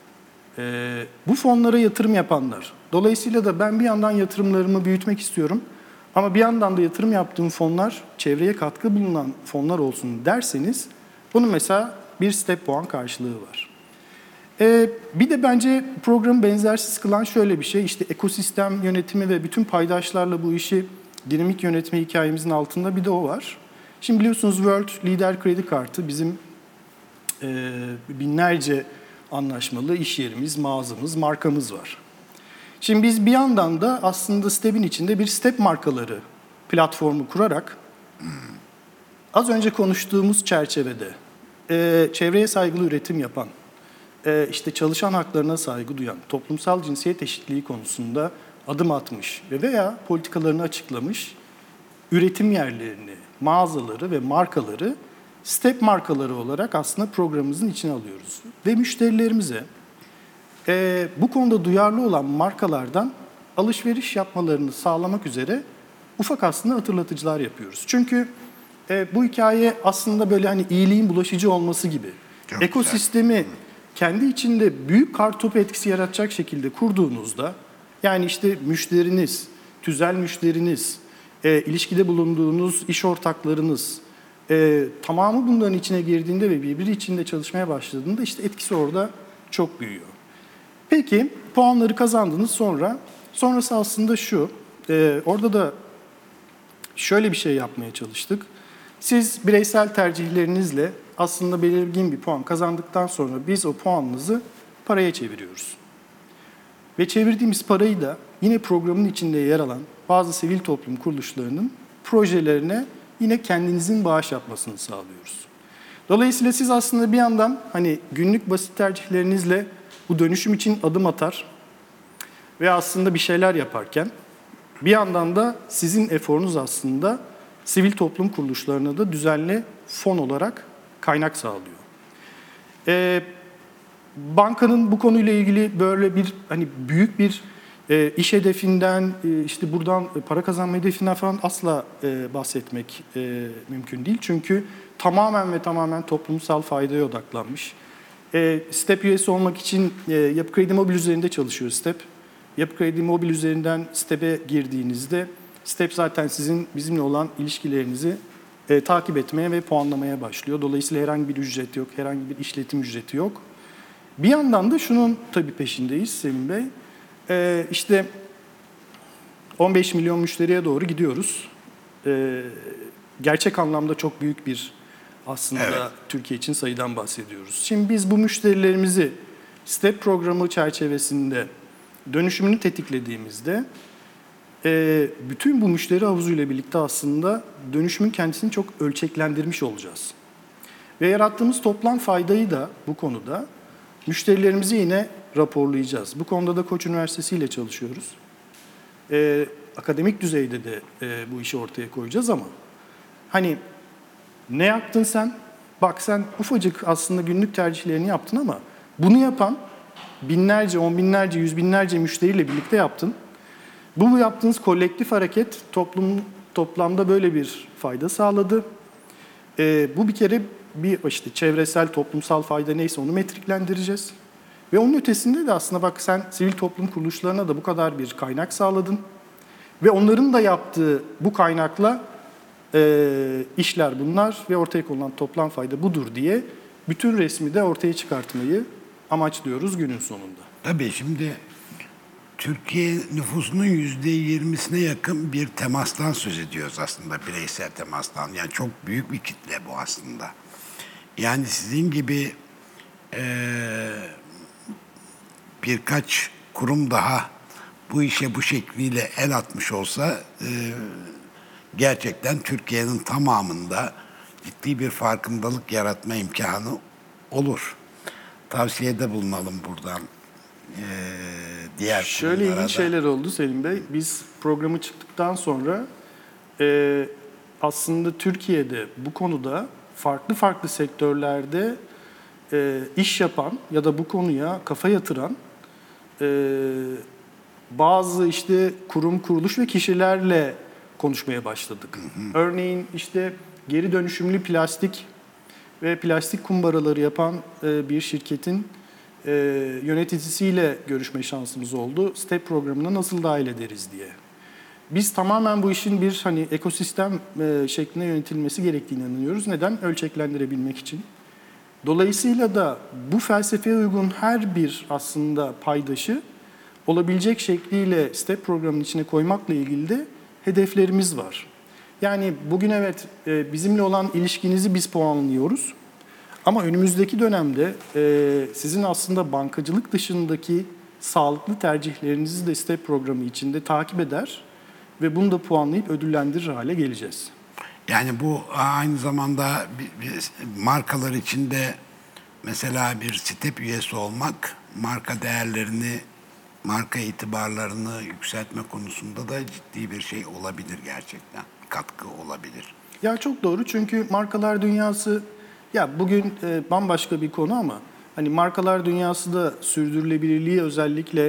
E, bu fonlara yatırım yapanlar. Dolayısıyla da ben bir yandan yatırımlarımı büyütmek istiyorum ama bir yandan da yatırım yaptığım fonlar çevreye katkı bulunan fonlar olsun derseniz bunun mesela bir step puan karşılığı var. Ee, bir de bence programı benzersiz kılan şöyle bir şey, işte ekosistem yönetimi ve bütün paydaşlarla bu işi dinamik yönetme hikayemizin altında bir de o var. Şimdi biliyorsunuz World Lider Kredi Kartı bizim e, binlerce anlaşmalı iş yerimiz, mağazamız, markamız var. Şimdi biz bir yandan da aslında Step'in içinde bir Step markaları platformu kurarak az önce konuştuğumuz çerçevede e, çevreye saygılı üretim yapan, e, işte çalışan haklarına saygı duyan, toplumsal cinsiyet eşitliği konusunda adım atmış ve veya politikalarını açıklamış üretim yerlerini, mağazaları ve markaları Step markaları olarak aslında programımızın içine alıyoruz. Ve müşterilerimize e, bu konuda duyarlı olan markalardan alışveriş yapmalarını sağlamak üzere ufak aslında hatırlatıcılar yapıyoruz. Çünkü e, bu hikaye aslında böyle hani iyiliğin bulaşıcı olması gibi. Çok ekosistemi güzel. Kendi içinde büyük kartopu etkisi yaratacak şekilde kurduğunuzda, yani işte müşteriniz, tüzel müşteriniz, e, ilişkide bulunduğunuz iş ortaklarınız, e, tamamı bunların içine girdiğinde ve birbiri içinde çalışmaya başladığında işte etkisi orada çok büyüyor. Peki puanları kazandınız sonra, sonrası aslında şu, e, orada da şöyle bir şey yapmaya çalıştık. Siz bireysel tercihlerinizle aslında belirgin bir puan kazandıktan sonra biz o puanınızı paraya çeviriyoruz. Ve çevirdiğimiz parayı da yine programın içinde yer alan bazı sivil toplum kuruluşlarının projelerine yine kendinizin bağış yapmasını sağlıyoruz. Dolayısıyla siz aslında bir yandan hani günlük basit tercihlerinizle bu dönüşüm için adım atar ve aslında bir şeyler yaparken bir yandan da sizin eforunuz aslında sivil toplum kuruluşlarına da düzenli fon olarak kaynak sağlıyor. Ee, bankanın bu konuyla ilgili böyle bir hani büyük bir e, iş hedefinden, e, işte buradan para kazanma hedefinden falan asla e, bahsetmek e, mümkün değil. Çünkü tamamen ve tamamen toplumsal faydaya odaklanmış. E, Step üyesi olmak için e, Yapı Kredi Mobil üzerinde çalışıyor Step. Yapı Kredi Mobil üzerinden Step'e girdiğinizde Step zaten sizin bizimle olan ilişkilerinizi e, takip etmeye ve puanlamaya başlıyor. Dolayısıyla herhangi bir ücret yok, herhangi bir işletim ücreti yok. Bir yandan da şunun tabii peşindeyiz Selim Bey. E, işte on beş milyon müşteriye doğru gidiyoruz. E, gerçek anlamda çok büyük bir aslında Evet. Türkiye için sayıdan bahsediyoruz. Şimdi biz bu müşterilerimizi STEP programı çerçevesinde dönüşümünü tetiklediğimizde e, bütün bu müşteri havuzuyla birlikte aslında dönüşümün kendisini çok ölçeklendirmiş olacağız. Ve yarattığımız toplam faydayı da bu konuda müşterilerimizi yine raporlayacağız. Bu konuda da Koç Üniversitesi ile çalışıyoruz. Ee, akademik düzeyde de e, bu işi ortaya koyacağız ama hani ne yaptın sen? Bak sen ufacık aslında günlük tercihlerini yaptın ama bunu yapan binlerce, on binlerce, yüz binlerce müşteriyle birlikte yaptın. Bu yaptığınız kolektif hareket toplum toplamda böyle bir fayda sağladı. Ee, bu bir kere bir işte çevresel, toplumsal fayda neyse onu metriklendireceğiz. Ve onun ötesinde de aslında bak sen sivil toplum kuruluşlarına da bu kadar bir kaynak sağladın. Ve onların da yaptığı bu kaynakla e, işler bunlar ve ortaya konulan toplam fayda budur diye bütün resmi de ortaya çıkartmayı amaçlıyoruz günün sonunda. Tabii şimdi Türkiye nüfusunun yüzde yirmisine yakın bir temastan söz ediyoruz aslında, bireysel temastan. Yani çok büyük bir kitle bu aslında. Yani sizin gibi e, birkaç kurum daha bu işe bu şekliyle el atmış olsa e, gerçekten Türkiye'nin tamamında ciddi bir farkındalık yaratma imkanı olur. Tavsiyede bulunalım buradan e, diğer Şöyle kurumlara ilginç da. şeyler oldu Selim Bey. Biz programı çıktıktan sonra e, aslında Türkiye'de bu konuda farklı farklı sektörlerde e, iş yapan ya da bu konuya kafa yatıran e, bazı işte kurum, kuruluş ve kişilerle konuşmaya başladık. Hı hı. Örneğin işte geri dönüşümlü plastik ve plastik kumbaraları yapan e, bir şirketin e, yöneticisiyle görüşme şansımız oldu. STEP programına nasıl dahil ederiz diye. Biz tamamen bu işin bir hani ekosistem e, şeklinde yönetilmesi gerektiğine inanıyoruz. Neden? Ölçeklendirebilmek için. Dolayısıyla da bu felsefeye uygun her bir aslında paydaşı olabilecek şekliyle STEP programının içine koymakla ilgili de hedeflerimiz var. Yani bugün evet e, bizimle olan ilişkinizi biz puanlıyoruz. Ama önümüzdeki dönemde e, sizin aslında bankacılık dışındaki sağlıklı tercihlerinizi de STEP programı içinde takip eder ve bunu da puanlayıp ödüllendirir hale geleceğiz. Yani bu aynı zamanda bir, bir markalar içinde mesela bir STEP üyesi olmak, marka değerlerini, marka itibarlarını yükseltme konusunda da ciddi bir şey olabilir gerçekten. Katkı olabilir. Ya çok doğru çünkü markalar dünyası, ya bugün e, bambaşka bir konu ama hani markalar dünyası da sürdürülebilirliği özellikle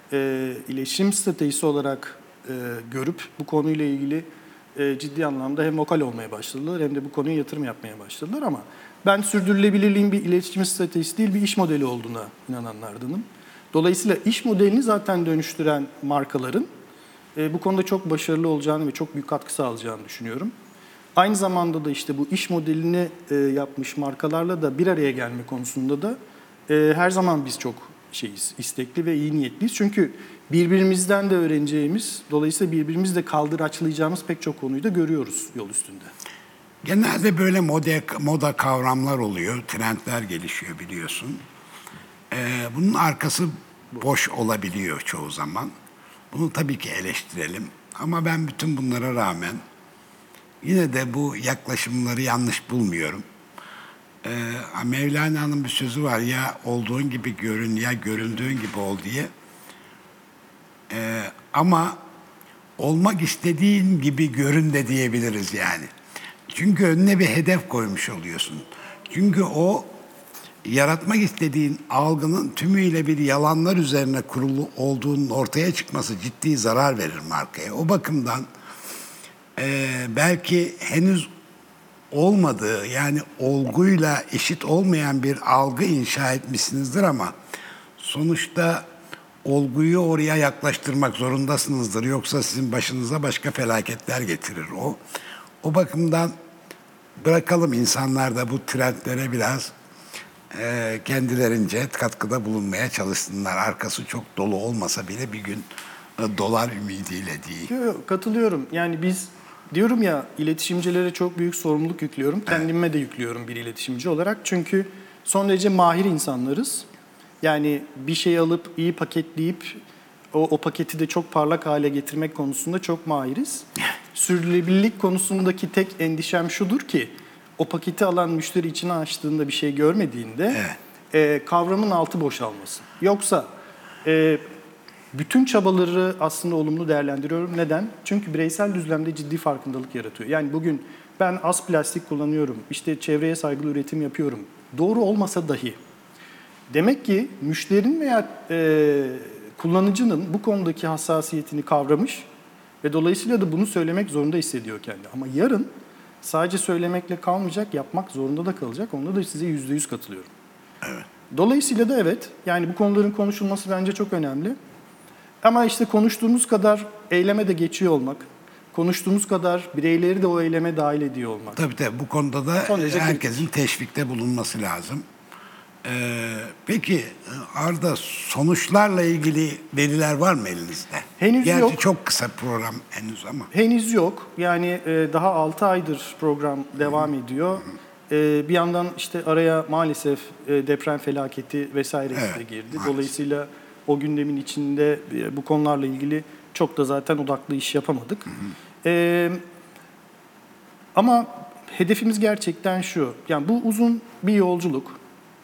e, iletişim stratejisi olarak e, görüp bu konuyla ilgili e, ciddi anlamda hem vokal olmaya başladılar hem de bu konuya yatırım yapmaya başladılar ama ben sürdürülebilirliğin bir iletişim stratejisi değil bir iş modeli olduğuna inananlardanım. Dolayısıyla iş modelini zaten dönüştüren markaların e, bu konuda çok başarılı olacağını ve çok büyük katkı sağlayacağını düşünüyorum. Aynı zamanda da işte bu iş modelini e, yapmış markalarla da bir araya gelme konusunda da e, her zaman biz çok şeyiz, istekli ve iyi niyetliyiz. Çünkü birbirimizden de öğreneceğimiz, dolayısıyla birbirimizle kaldıraçlayacağımız pek çok konuyu da görüyoruz yol üstünde. Genelde böyle moda, moda kavramlar oluyor, trendler gelişiyor biliyorsun. Ee, bunun arkası boş olabiliyor çoğu zaman. Bunu tabii ki eleştirelim. Ama ben bütün bunlara rağmen yine de bu yaklaşımları yanlış bulmuyorum. Ee, Mevlana'nın bir sözü var, ya olduğun gibi görün ya göründüğün gibi ol diye. Ee, ama olmak istediğin gibi görün de diyebiliriz yani. Çünkü önüne bir hedef koymuş oluyorsun. Çünkü o yaratmak istediğin algının tümüyle bir yalanlar üzerine kurulu olduğunun ortaya çıkması ciddi zarar verir markaya. O bakımdan e, belki henüz olmadığı, yani olguyla eşit olmayan bir algı inşa etmişsinizdir ama sonuçta olguyu oraya yaklaştırmak zorundasınızdır. Yoksa sizin başınıza başka felaketler getirir o. O bakımdan bırakalım insanlar da bu trendlere biraz e, kendilerince katkıda bulunmaya çalışsınlar. Arkası çok dolu olmasa bile bir gün e, dolar ümidiyle değil. Yok, yok, katılıyorum. Yani biz Diyorum ya, iletişimcilere çok büyük sorumluluk yüklüyorum. Kendime de yüklüyorum bir iletişimci olarak. Çünkü son derece mahir insanlarız. Yani bir şey alıp iyi paketleyip o, o paketi de çok parlak hale getirmek konusunda çok mahiriz. Sürdürülebilirlik konusundaki tek endişem şudur ki o paketi alan müşteri içine açtığında bir şey görmediğinde Evet. e, kavramın altı boşalmasın. Yoksa e, bütün çabaları aslında olumlu değerlendiriyorum. Neden? Çünkü bireysel düzlemde ciddi farkındalık yaratıyor. Yani bugün ben az plastik kullanıyorum, işte çevreye saygılı üretim yapıyorum. Doğru olmasa dahi demek ki müşterinin veya e, kullanıcının bu konudaki hassasiyetini kavramış ve dolayısıyla da bunu söylemek zorunda hissediyor kendi. Ama yarın sadece söylemekle kalmayacak, yapmak zorunda da kalacak. Onda da size yüzde yüz katılıyorum. Evet. Dolayısıyla da evet, yani bu konuların konuşulması bence çok önemli. Ama işte konuştuğumuz kadar eyleme de geçiyor olmak, konuştuğumuz kadar bireyleri de o eyleme dahil ediyor olmak. Tabii tabii, bu konuda da Son derece herkesin teşvikte bulunması lazım. Ee, peki Arda, sonuçlarla ilgili veriler var mı elinizde? Henüz Gerçi yok. çok kısa program henüz ama. Henüz yok. Yani e, daha altı aydır program devam ediyor. E, bir yandan işte araya maalesef e, deprem felaketi vesairesi Evet, de girdi. maalesef. Dolayısıyla o gündemin içinde e, bu konularla ilgili çok da zaten odaklı iş yapamadık. Hı hı. E, ama hedefimiz gerçekten şu. Yani bu uzun bir yolculuk.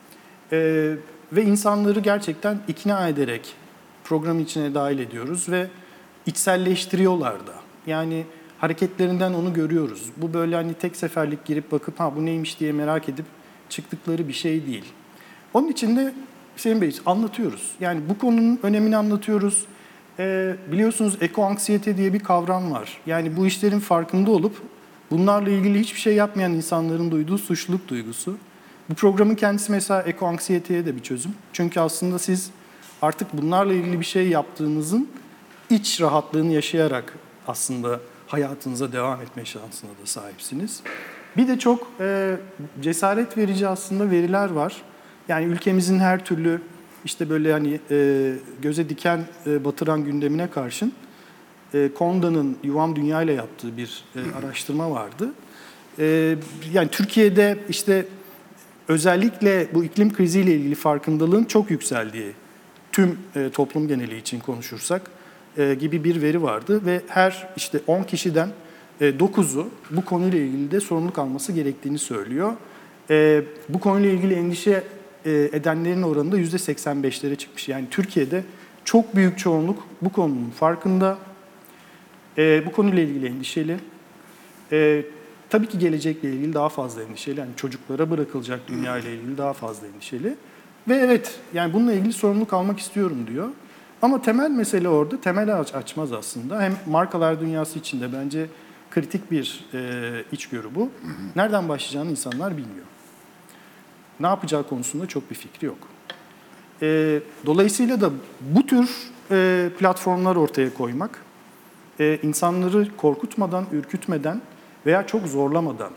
E, ve insanları gerçekten ikna ederek programın içine dahil ediyoruz ve içselleştiriyorlar da. Yani hareketlerinden onu görüyoruz. Bu böyle hani tek seferlik girip bakıp ha bu neymiş diye merak edip çıktıkları bir şey değil. Onun için de Hüseyin Bey anlatıyoruz. Yani bu konunun önemini anlatıyoruz. Ee, biliyorsunuz ekoanksiyete diye bir kavram var. Yani bu işlerin farkında olup bunlarla ilgili hiçbir şey yapmayan insanların duyduğu suçluluk duygusu. Bu programın kendisi mesela ekoanksiyeteye de bir çözüm. Çünkü aslında siz artık bunlarla ilgili bir şey yaptığınızın iç rahatlığını yaşayarak aslında hayatınıza devam etme şansına da sahipsiniz. Bir de çok e, cesaret verici aslında veriler var. Yani ülkemizin her türlü işte böyle hani e, göze diken e, batıran gündemine karşın e, Konda'nın Yuvam Dünya ile yaptığı bir e, araştırma vardı. E, yani Türkiye'de işte özellikle bu iklim kriziyle ilgili farkındalığın çok yükseldiği, tüm e, toplum geneli için konuşursak e, gibi bir veri vardı ve her işte on kişiden e, dokuzu bu konuyla ilgili de sorumluluk alması gerektiğini söylüyor. E, bu konuyla ilgili endişe e, edenlerin oranı da yüzde seksen beşlere çıkmış. Yani Türkiye'de çok büyük çoğunluk bu konunun farkında, e, bu konuyla ilgili endişeli. E, tabii ki gelecekle ilgili daha fazla endişeli. Yani çocuklara bırakılacak dünya ile ilgili daha fazla endişeli. Ve evet, yani bununla ilgili sorumluluk almak istiyorum diyor. Ama temel mesele orada, temel aç açmaz aslında. Hem markalar dünyası içinde bence kritik bir e, içgörü bu. Nereden başlayacağını insanlar bilmiyor. Ne yapacağı konusunda çok bir fikri yok. E, dolayısıyla da bu tür e, platformlar ortaya koymak, e, insanları korkutmadan, ürkütmeden veya çok zorlamadan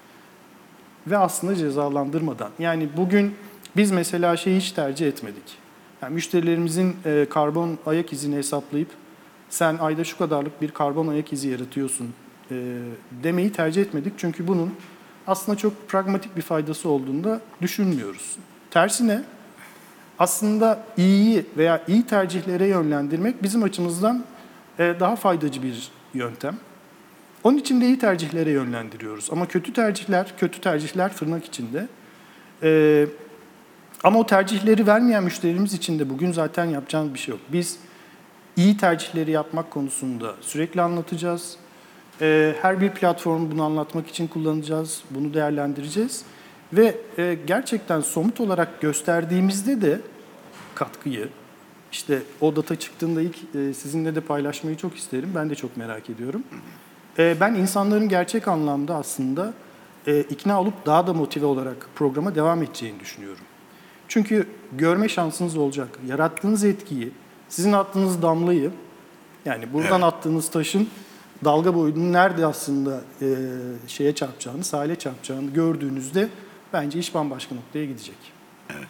ve aslında cezalandırmadan. Yani bugün biz mesela şeyi hiç tercih etmedik. Yani müşterilerimizin e, karbon ayak izini hesaplayıp sen ayda şu kadarlık bir karbon ayak izi yaratıyorsun e, demeyi tercih etmedik. Çünkü bunun aslında çok pragmatik bir faydası olduğunu da düşünmüyoruz. Tersine aslında iyiyi veya iyi tercihlere yönlendirmek bizim açımızdan e, daha faydacı bir yöntem. Onun için de iyi tercihlere yönlendiriyoruz. Ama kötü tercihler, kötü tercihler tırnak içinde. Ee, ama o tercihleri vermeyen müşterilerimiz için de bugün zaten yapacağımız bir şey yok. Biz iyi tercihleri yapmak konusunda sürekli anlatacağız. Ee, her bir platformu bunu anlatmak için kullanacağız, bunu değerlendireceğiz. Ve e, gerçekten somut olarak gösterdiğimizde de katkıyı, işte o data çıktığında ilk e, sizinle de paylaşmayı çok isterim. Ben de çok merak ediyorum. Ben insanların gerçek anlamda aslında e, ikna olup daha da motive olarak programa devam edeceğini düşünüyorum. Çünkü görme şansınız olacak. Yarattığınız etkiyi, sizin attığınız damlayı, yani buradan evet. attığınız taşın dalga boyunun nerede aslında e, şeye çarpacağını, sahile çarpacağını gördüğünüzde bence iş bambaşka noktaya gidecek. Evet.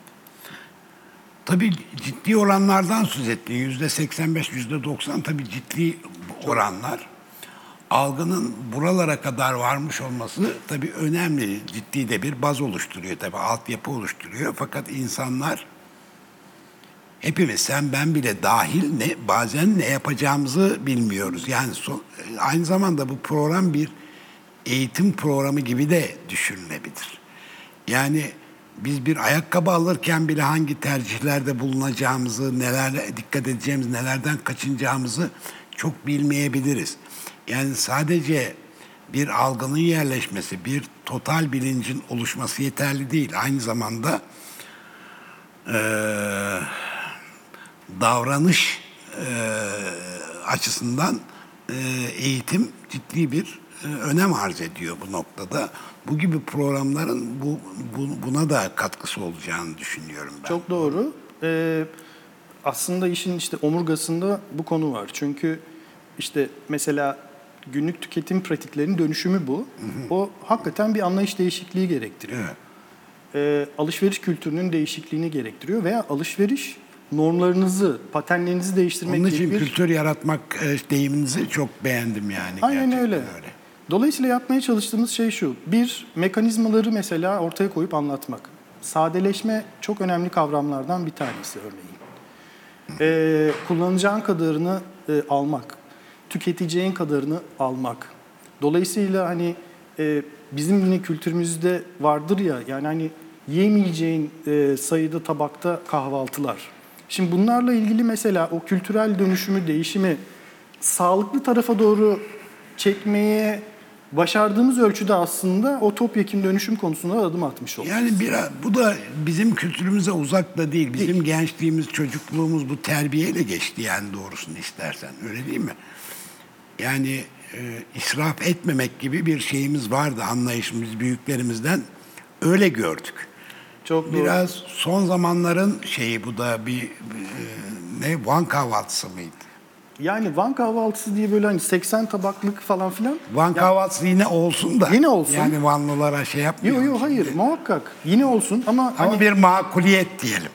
Tabii ciddi oranlardan söz ettin. yüzde seksen beş, yüzde doksan tabii ciddi oranlar. algının buralara kadar varmış olması tabii önemli. Ciddi de bir baz oluşturuyor tabii, altyapı oluşturuyor. Fakat insanlar, hepimiz, sen ben bile dahil, ne bazen ne yapacağımızı bilmiyoruz. Yani son, aynı zamanda bu program bir eğitim programı gibi de düşünülebilir. Yani biz bir ayakkabı alırken bile hangi tercihlerde bulunacağımızı, neler dikkat edeceğimiz, nelerden kaçınacağımızı çok bilmeyebiliriz. Yani sadece bir algının yerleşmesi, bir total bilincin oluşması yeterli değil. Aynı zamanda eee davranış e, açısından e, eğitim ciddi bir e, önem arz ediyor bu noktada. Bu gibi programların bu, bu buna da katkısı olacağını düşünüyorum ben. Çok doğru. Ee, aslında işin işte omurgasında bu konu var. Çünkü işte mesela günlük tüketim pratiklerinin dönüşümü bu. Hı hı. O hakikaten bir anlayış değişikliği gerektiriyor. Evet. Ee, alışveriş kültürünün değişikliğini gerektiriyor veya alışveriş normlarınızı, paternlerinizi değiştirmek Onun gibi için bir... kültür yaratmak e, deyiminizi çok beğendim yani. Aynen öyle. öyle. Dolayısıyla yapmaya çalıştığımız şey şu. Bir, mekanizmaları mesela ortaya koyup anlatmak. Sadeleşme çok önemli kavramlardan bir tanesi örneğin. Ee, kullanacağın kadarını e, almak. Tüketeceğin kadarını almak. Dolayısıyla hani e, bizim yine kültürümüzde vardır ya, yani hani yemeyeceğin e, sayıda tabakta kahvaltılar. Şimdi bunlarla ilgili mesela o kültürel dönüşümü, değişimi sağlıklı tarafa doğru çekmeye başardığımız ölçüde aslında o topyekun dönüşüm konusunda adım atmış olduk. Yani biraz, bu da bizim kültürümüze uzak da değil. Bizim değil. Gençliğimiz, çocukluğumuz bu terbiyeyle geçti yani, doğrusunu istersen. Öyle değil mi? Yani e, israf etmemek gibi bir şeyimiz vardı, anlayışımız büyüklerimizden. Öyle gördük. Çok doğru. Biraz son zamanların şeyi bu da bir, e, ne Van kahvaltısı mıydı? Yani Van kahvaltısı diye böyle hani seksen tabaklık falan filan. Van kahvaltısı yine olsun da. Yine olsun. Yani Vanlılara şey yapmıyor. Yok yok hayır, muhakkak yine olsun ama ama hani, bir makuliyet diyelim.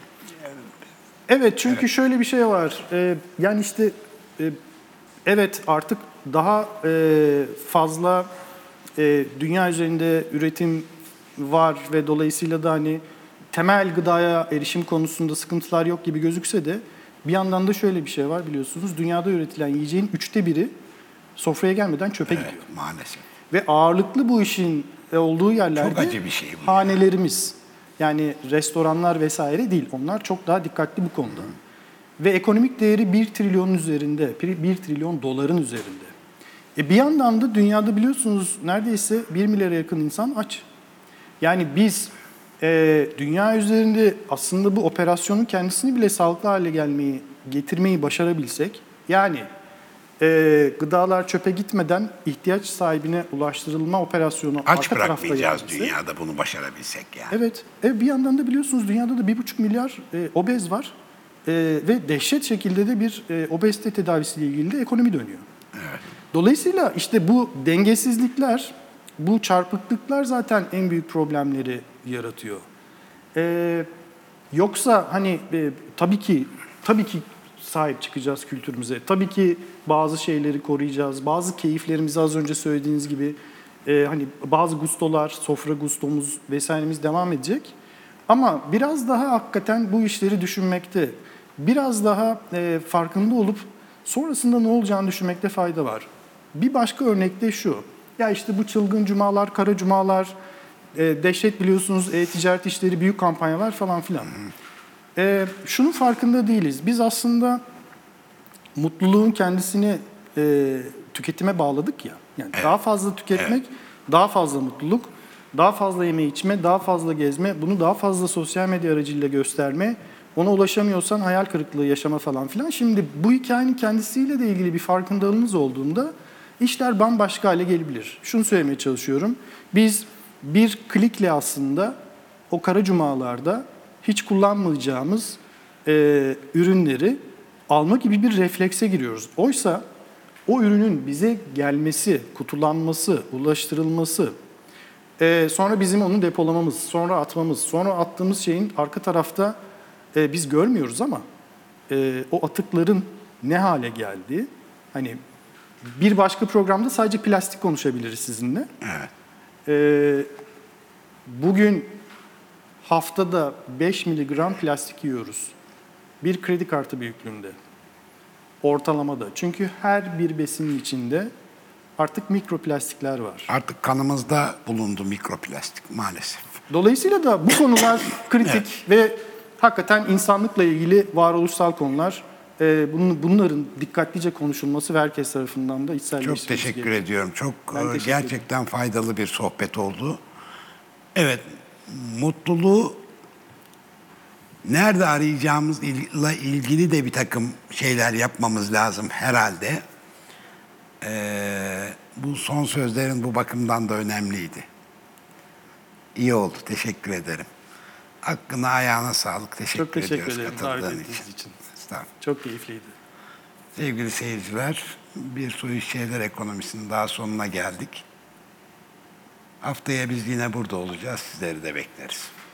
Evet, çünkü evet. şöyle bir şey var. Ee, yani işte e, evet artık daha e, fazla e, dünya üzerinde üretim var ve dolayısıyla da hani temel gıdaya erişim konusunda sıkıntılar yok gibi gözükse de bir yandan da şöyle bir şey var biliyorsunuz. Dünyada üretilen yiyeceğin üçte biri sofraya gelmeden çöpe evet, gidiyor. Maalesef. Ve ağırlıklı bu işin olduğu yerlerde çok acı bir şey bu. Hanelerimiz, yani restoranlar vesaire değil. Onlar çok daha dikkatli bu konuda. Hı. Ve ekonomik değeri bir trilyonun üzerinde, bir trilyon doların üzerinde. E bir yandan da dünyada biliyorsunuz neredeyse bir milyara yakın insan aç. Yani biz e, dünya üzerinde aslında bu operasyonun kendisini bile sağlıklı hale gelmeyi, getirmeyi başarabilsek, yani e, gıdalar çöpe gitmeden ihtiyaç sahibine ulaştırılma operasyonu aç arka tarafta bırakmayacağız yapılsa, dünyada bunu başarabilsek yani. Evet. E, bir yandan da biliyorsunuz dünyada da bir buçuk milyar e, obez var. E, ve dehşet şekilde de bir e, obezite tedavisiyle ilgili de ekonomi dönüyor. Evet. Dolayısıyla işte bu dengesizlikler, bu çarpıklıklar zaten en büyük problemleri yaratıyor. E, yoksa hani e, tabii ki tabii ki sahip çıkacağız kültürümüze. Tabii ki bazı şeyleri koruyacağız. Bazı keyiflerimizi az önce söylediğiniz gibi e, hani bazı gustolar, sofra gustomuz vesairemiz devam edecek. Ama biraz daha hakikaten bu işleri düşünmekte, biraz daha e, farkında olup sonrasında ne olacağını düşünmekte fayda var. Bir başka örnek de şu. Ya işte bu çılgın cumalar, kara cumalar, e, dehşet biliyorsunuz, e-ticaret işleri, büyük kampanyalar falan filan. E, şunun farkında değiliz. Biz aslında mutluluğun kendisini e, tüketime bağladık ya. Yani evet. Daha fazla tüketmek, evet. Daha fazla mutluluk, daha fazla yeme içme, daha fazla gezme, bunu daha fazla sosyal medya aracılığıyla gösterme, ona ulaşamıyorsan hayal kırıklığı yaşama falan filan. Şimdi bu hikayenin kendisiyle de ilgili bir farkındalığınız olduğunda işler bambaşka hale gelebilir. Şunu söylemeye çalışıyorum. Biz bir klikle aslında o kara cumalarda hiç kullanmayacağımız e, ürünleri alma gibi bir reflekse giriyoruz. Oysa o ürünün bize gelmesi, kutulanması, ulaştırılması, e, sonra bizim onu depolamamız, sonra atmamız, sonra attığımız şeyin arka tarafta e, biz görmüyoruz ama e, o atıkların ne hale geldiği, hani Bir başka programda sadece plastik konuşabiliriz sizinle. Evet. Ee, bugün haftada beş miligram plastik yiyoruz. Bir kredi kartı büyüklüğünde. Ortalamada. Çünkü her bir besinin içinde artık mikroplastikler var. Artık kanımızda bulundu mikroplastik maalesef. Dolayısıyla da bu konular kritik ve hakikaten insanlıkla ilgili varoluşsal konular. Ee, bunun, bunların dikkatlice konuşulması ve herkes tarafından da içselleştirilmesi Çok teşekkür gerekiyor. ediyorum. Çok Ben e, teşekkür gerçekten faydalı bir sohbet oldu. Evet, mutluluğu nerede arayacağımızla ilgili de bir takım şeyler yapmamız lazım herhalde. Ee, bu son sözlerin bu bakımdan da önemliydi. İyi oldu, teşekkür ederim. Hakkına, ayağına sağlık. Teşekkür, Çok teşekkür ediyoruz ederim davet katıldığın ettiğiniz için. için. Estağfurullah. Çok keyifliydi. Sevgili seyirciler, bir su iş şeyler ekonomisinin daha sonuna geldik. Haftaya biz yine burada olacağız. Sizleri de bekleriz.